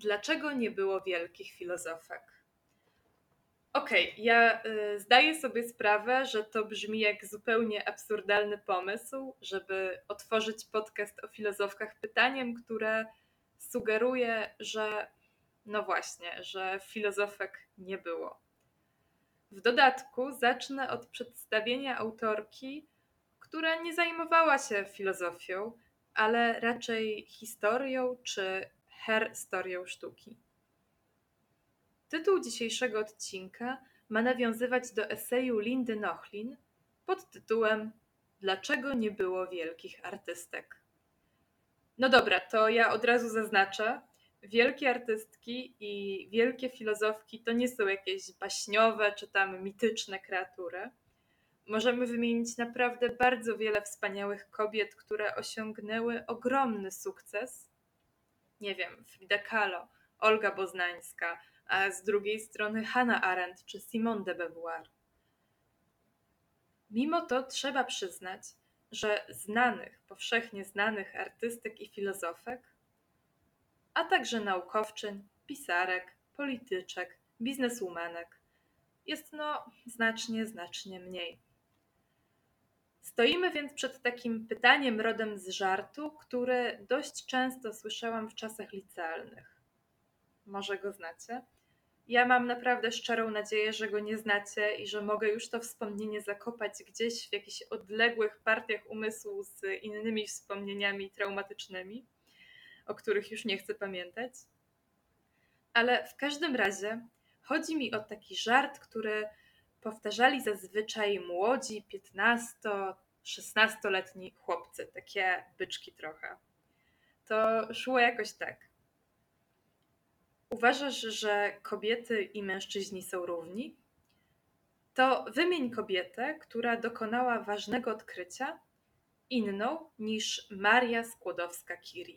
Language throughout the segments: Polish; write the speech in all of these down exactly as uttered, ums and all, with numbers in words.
Dlaczego nie było wielkich filozofek? Okej, okay, ja y, zdaję sobie sprawę, że to brzmi jak zupełnie absurdalny pomysł, żeby otworzyć podcast o filozofkach pytaniem, które sugeruje, że no właśnie, że filozofek nie było. W dodatku zacznę od przedstawienia autorki, która nie zajmowała się filozofią, ale raczej historią czy herstorią sztuki. Tytuł dzisiejszego odcinka ma nawiązywać do eseju Lindy Nochlin pod tytułem Dlaczego nie było wielkich artystek? No dobra, to ja od razu zaznaczę, wielkie artystki i wielkie filozofki to nie są jakieś baśniowe czy tam mityczne kreatury. Możemy wymienić naprawdę bardzo wiele wspaniałych kobiet, które osiągnęły ogromny sukces. Nie wiem, Frida Kahlo, Olga Boznańska, a z drugiej strony Hannah Arendt czy Simone de Beauvoir. Mimo to trzeba przyznać, że znanych, powszechnie znanych artystek i filozofek, a także naukowczyń, pisarek, polityczek, bizneswomanek jest no znacznie, znacznie mniej. Stoimy więc przed takim pytaniem rodem z żartu, które dość często słyszałam w czasach licealnych. Może go znacie? Ja mam naprawdę szczerą nadzieję, że go nie znacie i że mogę już to wspomnienie zakopać gdzieś w jakichś odległych partiach umysłu z innymi wspomnieniami traumatycznymi, o których już nie chcę pamiętać. Ale w każdym razie chodzi mi o taki żart, który powtarzali zazwyczaj młodzi, piętnasto-szesnastoletni chłopcy, takie byczki trochę. To szło jakoś tak. Uważasz, że kobiety i mężczyźni są równi? To wymień kobietę, która dokonała ważnego odkrycia, inną niż Maria Skłodowska-Curie.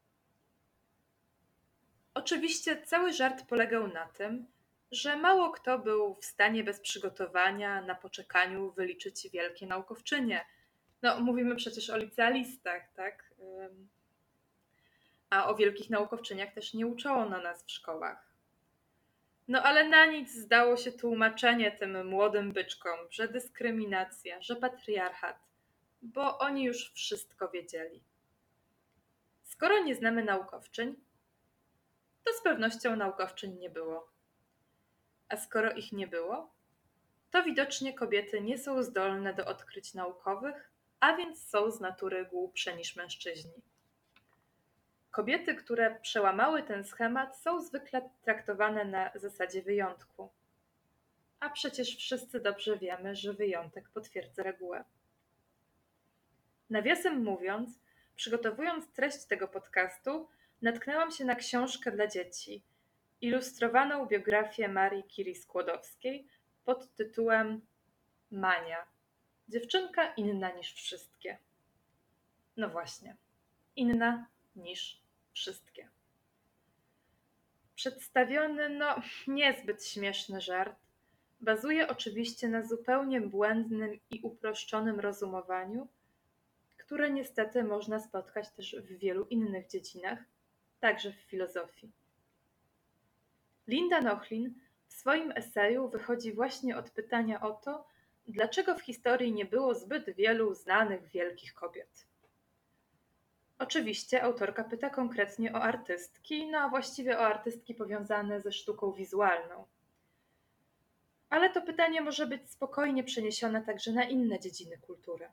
Oczywiście cały żart polegał na tym, że mało kto był w stanie bez przygotowania, na poczekaniu wyliczyć wielkie naukowczynie. No, mówimy przecież o licealistach, tak? A o wielkich naukowczyniach też nie uczono nas w szkołach. No ale na nic zdało się tłumaczenie tym młodym byczkom, że dyskryminacja, że patriarchat, bo oni już wszystko wiedzieli. Skoro nie znamy naukowczyń, to z pewnością naukowczyń nie było. A skoro ich nie było, to widocznie kobiety nie są zdolne do odkryć naukowych, a więc są z natury głupsze niż mężczyźni. Kobiety, które przełamały ten schemat, są zwykle traktowane na zasadzie wyjątku. A przecież wszyscy dobrze wiemy, że wyjątek potwierdza regułę. Nawiasem mówiąc, przygotowując treść tego podcastu, natknęłam się na książkę dla dzieci, ilustrowaną biografię Marii Curie Skłodowskiej pod tytułem Mania. Dziewczynka inna niż wszystkie. No właśnie, inna niż wszystkie. Przedstawiony, no niezbyt śmieszny żart bazuje oczywiście na zupełnie błędnym i uproszczonym rozumowaniu, które niestety można spotkać też w wielu innych dziedzinach, także w filozofii. Linda Nochlin w swoim eseju wychodzi właśnie od pytania o to, dlaczego w historii nie było zbyt wielu znanych wielkich kobiet. Oczywiście autorka pyta konkretnie o artystki, no a właściwie o artystki powiązane ze sztuką wizualną. Ale to pytanie może być spokojnie przeniesione także na inne dziedziny kultury.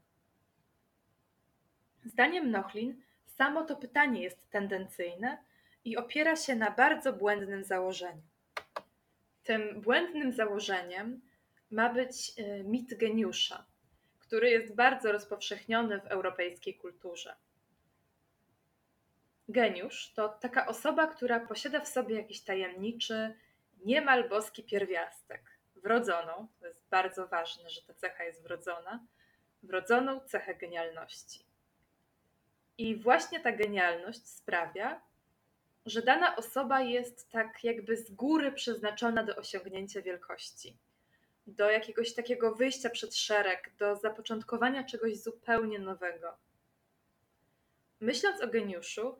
Zdaniem Nochlin samo to pytanie jest tendencyjne i opiera się na bardzo błędnym założeniu. Tym błędnym założeniem ma być mit geniusza, który jest bardzo rozpowszechniony w europejskiej kulturze. Geniusz to taka osoba, która posiada w sobie jakiś tajemniczy, niemal boski pierwiastek, wrodzoną, to jest bardzo ważne, że ta cecha jest wrodzona, wrodzoną cechę genialności. I właśnie ta genialność sprawia, że dana osoba jest tak jakby z góry przeznaczona do osiągnięcia wielkości, do jakiegoś takiego wyjścia przed szereg, do zapoczątkowania czegoś zupełnie nowego. Myśląc o geniuszu,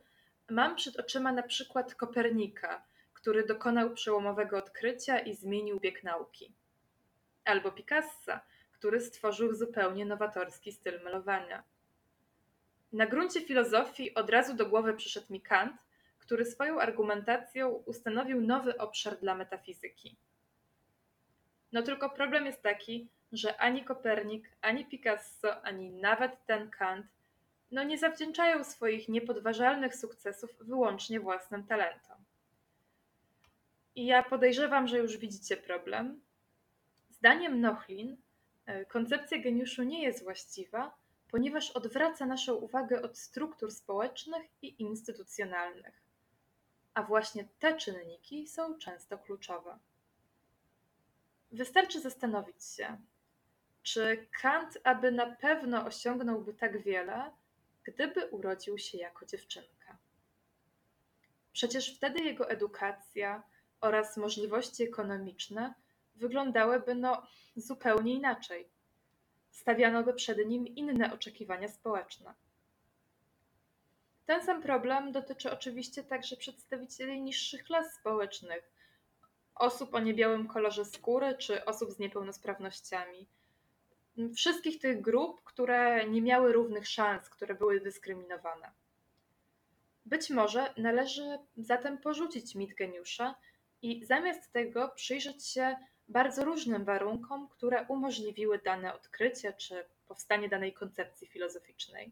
Mam przed oczyma na przykład Kopernika, który dokonał przełomowego odkrycia i zmienił bieg nauki. Albo Picassa, który stworzył zupełnie nowatorski styl malowania. Na gruncie filozofii od razu do głowy przyszedł mi Kant, który swoją argumentacją ustanowił nowy obszar dla metafizyki. No tylko problem jest taki, że ani Kopernik, ani Picasso, ani nawet ten Kant no nie zawdzięczają swoich niepodważalnych sukcesów wyłącznie własnym talentom. I ja podejrzewam, że już widzicie problem. Zdaniem Nochlin koncepcja geniuszu nie jest właściwa, ponieważ odwraca naszą uwagę od struktur społecznych i instytucjonalnych. A właśnie te czynniki są często kluczowe. Wystarczy zastanowić się, czy Kant aby na pewno osiągnąłby tak wiele, gdyby urodził się jako dziewczynka. Przecież wtedy jego edukacja oraz możliwości ekonomiczne wyglądałyby no zupełnie inaczej. Stawiano by przed nim inne oczekiwania społeczne. Ten sam problem dotyczy oczywiście także przedstawicieli niższych klas społecznych, osób o niebiałym kolorze skóry czy osób z niepełnosprawnościami. Wszystkich tych grup, które nie miały równych szans, które były dyskryminowane. Być może należy zatem porzucić mit geniusza i zamiast tego przyjrzeć się bardzo różnym warunkom, które umożliwiły dane odkrycie czy powstanie danej koncepcji filozoficznej.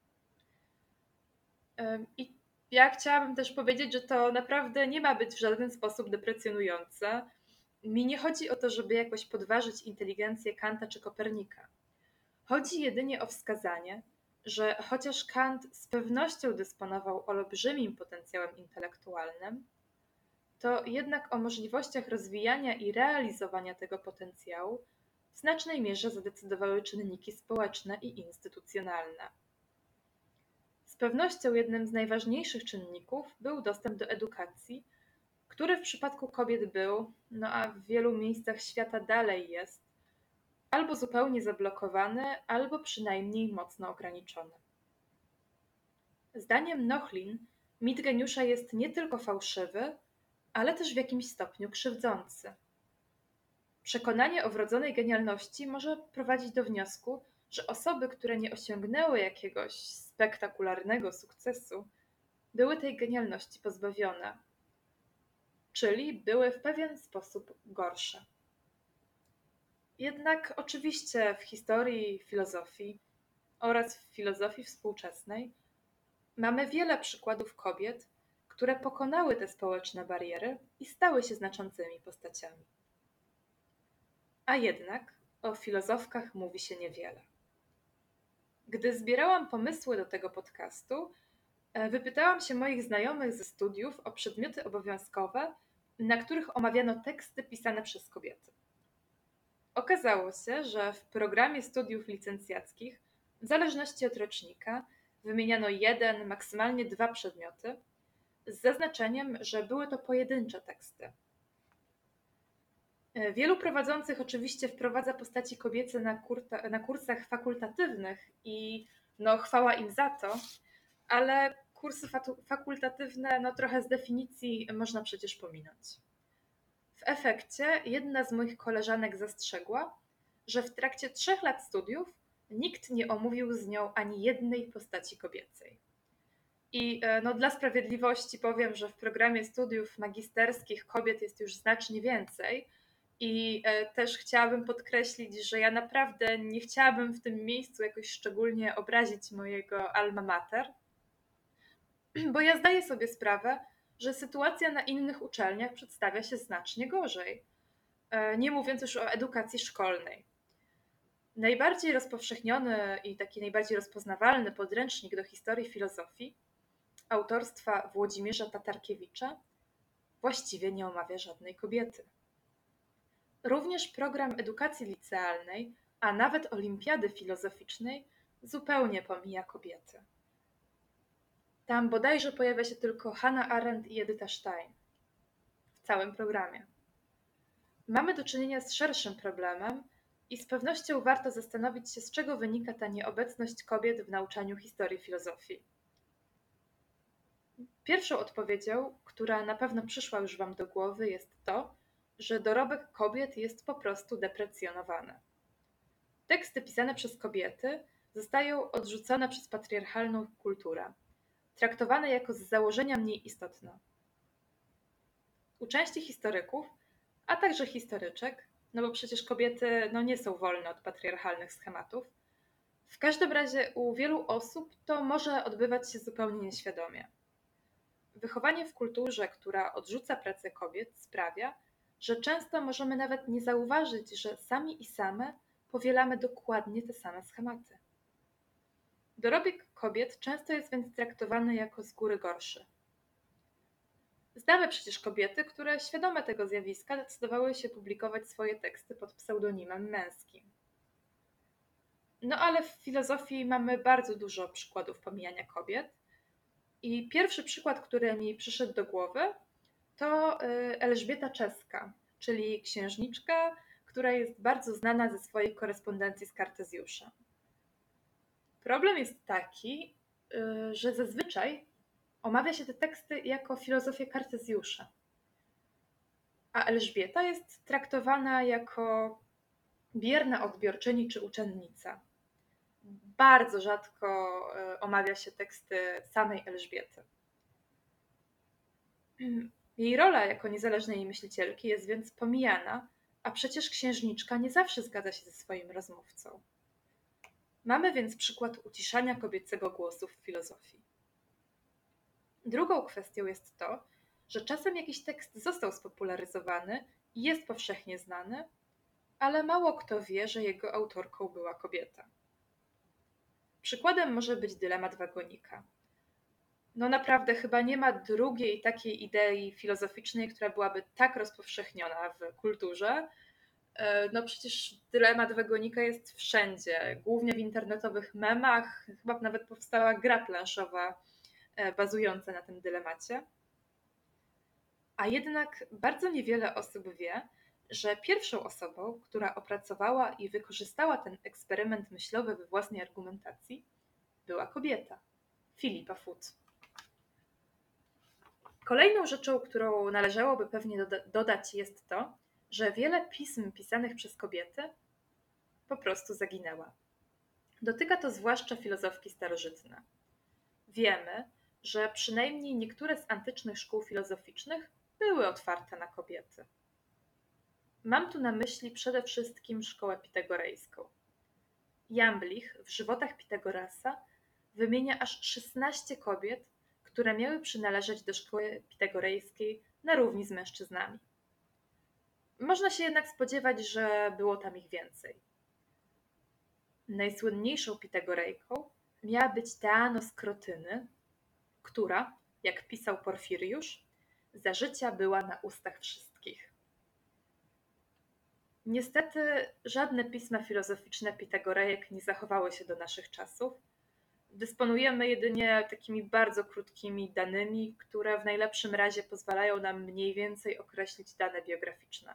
I ja chciałabym też powiedzieć, że to naprawdę nie ma być w żaden sposób deprecjonujące. Mi nie chodzi o to, żeby jakoś podważyć inteligencję Kanta czy Kopernika. Chodzi jedynie o wskazanie, że chociaż Kant z pewnością dysponował olbrzymim potencjałem intelektualnym, to jednak o możliwościach rozwijania i realizowania tego potencjału w znacznej mierze zadecydowały czynniki społeczne i instytucjonalne. Z pewnością jednym z najważniejszych czynników był dostęp do edukacji, który w przypadku kobiet był, no a w wielu miejscach świata dalej jest, albo zupełnie zablokowany, albo przynajmniej mocno ograniczony. Zdaniem Nochlin mit geniusza jest nie tylko fałszywy, ale też w jakimś stopniu krzywdzący. Przekonanie o wrodzonej genialności może prowadzić do wniosku, że osoby, które nie osiągnęły jakiegoś spektakularnego sukcesu, były tej genialności pozbawione, czyli były w pewien sposób gorsze. Jednak oczywiście w historii filozofii oraz w filozofii współczesnej mamy wiele przykładów kobiet, które pokonały te społeczne bariery i stały się znaczącymi postaciami. A jednak o filozofkach mówi się niewiele. Gdy zbierałam pomysły do tego podcastu, wypytałam się moich znajomych ze studiów o przedmioty obowiązkowe, na których omawiano teksty pisane przez kobiety. Okazało się, że w programie studiów licencjackich, w zależności od rocznika, wymieniano jeden, maksymalnie dwa przedmioty, z zaznaczeniem, że były to pojedyncze teksty. Wielu prowadzących oczywiście wprowadza postaci kobiece na, kurta, na kursach fakultatywnych i no chwała im za to, ale kursy fakultatywne no trochę z definicji można przecież pominąć. W efekcie jedna z moich koleżanek zastrzegła, że w trakcie trzech lat studiów nikt nie omówił z nią ani jednej postaci kobiecej. I no, dla sprawiedliwości powiem, że w programie studiów magisterskich kobiet jest już znacznie więcej i też chciałabym podkreślić, że ja naprawdę nie chciałabym w tym miejscu jakoś szczególnie obrazić mojego alma mater, bo ja zdaję sobie sprawę, że sytuacja na innych uczelniach przedstawia się znacznie gorzej, nie mówiąc już o edukacji szkolnej. Najbardziej rozpowszechniony i taki najbardziej rozpoznawalny podręcznik do historii filozofii autorstwa Włodzimierza Tatarkiewicza właściwie nie omawia żadnej kobiety. Również program edukacji licealnej, a nawet olimpiady filozoficznej zupełnie pomija kobiety. Tam bodajże pojawia się tylko Hannah Arendt i Edyta Stein w całym programie. Mamy do czynienia z szerszym problemem i z pewnością warto zastanowić się, z czego wynika ta nieobecność kobiet w nauczaniu historii filozofii. Pierwszą odpowiedzią, która na pewno przyszła już Wam do głowy, jest to, że dorobek kobiet jest po prostu deprecjonowany. Teksty pisane przez kobiety zostają odrzucone przez patriarchalną kulturę, traktowane jako z założenia mniej istotne. U części historyków, a także historyczek, no bo przecież kobiety no nie są wolne od patriarchalnych schematów, w każdym razie u wielu osób to może odbywać się zupełnie nieświadomie. Wychowanie w kulturze, która odrzuca pracę kobiet, sprawia, że często możemy nawet nie zauważyć, że sami i same powielamy dokładnie te same schematy. Dorobek kobiet często jest więc traktowany jako z góry gorszy. Znamy przecież kobiety, które świadome tego zjawiska decydowały się publikować swoje teksty pod pseudonimem męskim. No ale w filozofii mamy bardzo dużo przykładów pomijania kobiet. I pierwszy przykład, który mi przyszedł do głowy, to Elżbieta Czeska, czyli księżniczka, która jest bardzo znana ze swojej korespondencji z Kartezjuszem. Problem jest taki, że zazwyczaj omawia się te teksty jako filozofię Kartezjusza, a Elżbieta jest traktowana jako bierna odbiorczyni czy uczennica. Bardzo rzadko omawia się teksty samej Elżbiety. Jej rola jako niezależnej myślicielki jest więc pomijana, a przecież księżniczka nie zawsze zgadza się ze swoim rozmówcą. Mamy więc przykład uciszania kobiecego głosu w filozofii. Drugą kwestią jest to, że czasem jakiś tekst został spopularyzowany i jest powszechnie znany, ale mało kto wie, że jego autorką była kobieta. Przykładem może być dylemat wagonika. No naprawdę chyba nie ma drugiej takiej idei filozoficznej, która byłaby tak rozpowszechniona w kulturze. No przecież dylemat wagonika jest wszędzie, głównie w internetowych memach, chyba nawet powstała gra planszowa bazująca na tym dylemacie. A jednak bardzo niewiele osób wie, że pierwszą osobą, która opracowała i wykorzystała ten eksperyment myślowy we własnej argumentacji, była kobieta, Philippa Foot. Kolejną rzeczą, którą należałoby pewnie doda- dodać, jest to, że wiele pism pisanych przez kobiety po prostu zaginęła. Dotyka to zwłaszcza filozofki starożytne. Wiemy, że przynajmniej niektóre z antycznych szkół filozoficznych były otwarte na kobiety. Mam tu na myśli przede wszystkim szkołę pitagorejską. Jamblich w żywotach Pitagorasa wymienia aż szesnaście kobiet, które miały przynależeć do szkoły pitagorejskiej na równi z mężczyznami. Można się jednak spodziewać, że było tam ich więcej. Najsłynniejszą Pitagorejką miała być Teano z Krotyny, która, jak pisał Porfiriusz, za życia była na ustach wszystkich. Niestety żadne pisma filozoficzne Pitagorejek nie zachowały się do naszych czasów. Dysponujemy jedynie takimi bardzo krótkimi danymi, które w najlepszym razie pozwalają nam mniej więcej określić dane biograficzne.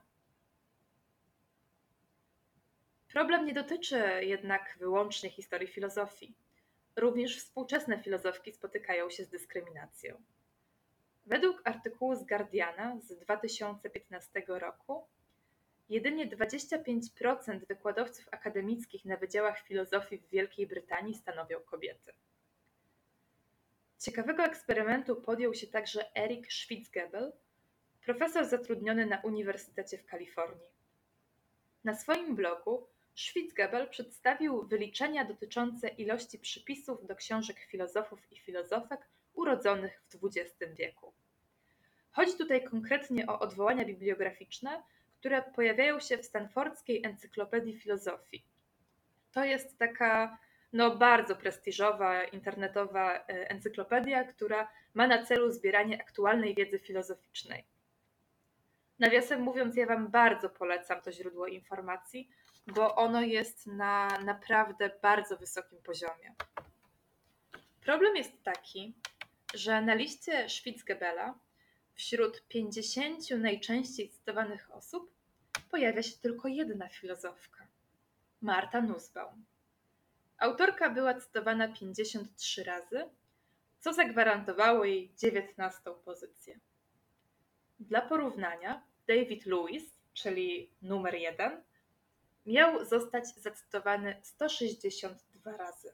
Problem nie dotyczy jednak wyłącznie historii filozofii. Również współczesne filozofki spotykają się z dyskryminacją. Według artykułu z Guardiana z dwa tysiące piętnastego roku jedynie dwadzieścia pięć procent wykładowców akademickich na wydziałach filozofii w Wielkiej Brytanii stanowią kobiety. Ciekawego eksperymentu podjął się także Eric Schwitzgebel, profesor zatrudniony na Uniwersytecie w Kalifornii. Na swoim blogu Schwitzgebel przedstawił wyliczenia dotyczące ilości przypisów do książek filozofów i filozofek urodzonych w dwudziestym wieku. Chodzi tutaj konkretnie o odwołania bibliograficzne, które pojawiają się w Stanfordskiej Encyklopedii Filozofii. To jest taka no, bardzo prestiżowa internetowa encyklopedia, która ma na celu zbieranie aktualnej wiedzy filozoficznej. Nawiasem mówiąc, ja Wam bardzo polecam to źródło informacji, bo ono jest na naprawdę bardzo wysokim poziomie. Problem jest taki, że na liście Schwitzgebela wśród pięćdziesięciu najczęściej cytowanych osób pojawia się tylko jedna filozofka – Martha Nussbaum. Autorka była cytowana pięćdziesiąt trzy razy, co zagwarantowało jej dziewiętnastą pozycję. Dla porównania, David Lewis, czyli numer jeden, miał zostać zacytowany sto sześćdziesiąt dwa razy.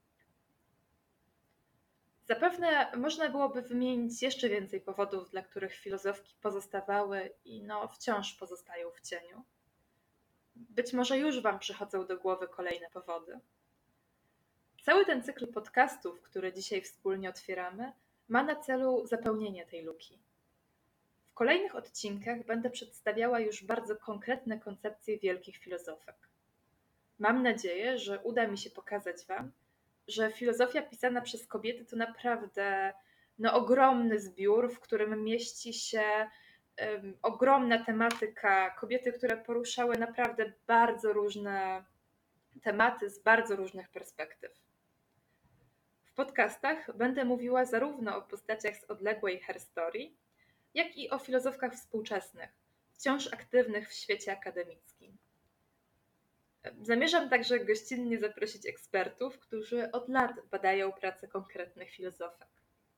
Zapewne można byłoby wymienić jeszcze więcej powodów, dla których filozofki pozostawały i no wciąż pozostają w cieniu. Być może już Wam przychodzą do głowy kolejne powody. Cały ten cykl podcastów, który dzisiaj wspólnie otwieramy, ma na celu zapełnienie tej luki. W kolejnych odcinkach będę przedstawiała już bardzo konkretne koncepcje wielkich filozofek. Mam nadzieję, że uda mi się pokazać Wam, że filozofia pisana przez kobiety to naprawdę no, ogromny zbiór, w którym mieści się um, ogromna tematyka, kobiety, które poruszały naprawdę bardzo różne tematy z bardzo różnych perspektyw. W podcastach będę mówiła zarówno o postaciach z odległej herstorii, jak i o filozofkach współczesnych, wciąż aktywnych w świecie akademickim. Zamierzam także gościnnie zaprosić ekspertów, którzy od lat badają pracę konkretnych filozofek.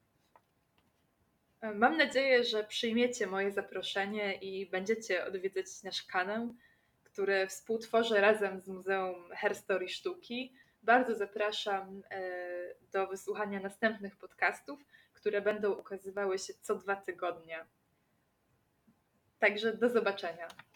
Mam nadzieję, że przyjmiecie moje zaproszenie i będziecie odwiedzać nasz kanał, który współtworzę razem z Muzeum Herstorii Sztuki. Bardzo zapraszam do wysłuchania następnych podcastów, które będą ukazywały się co dwa tygodnie. Także do zobaczenia.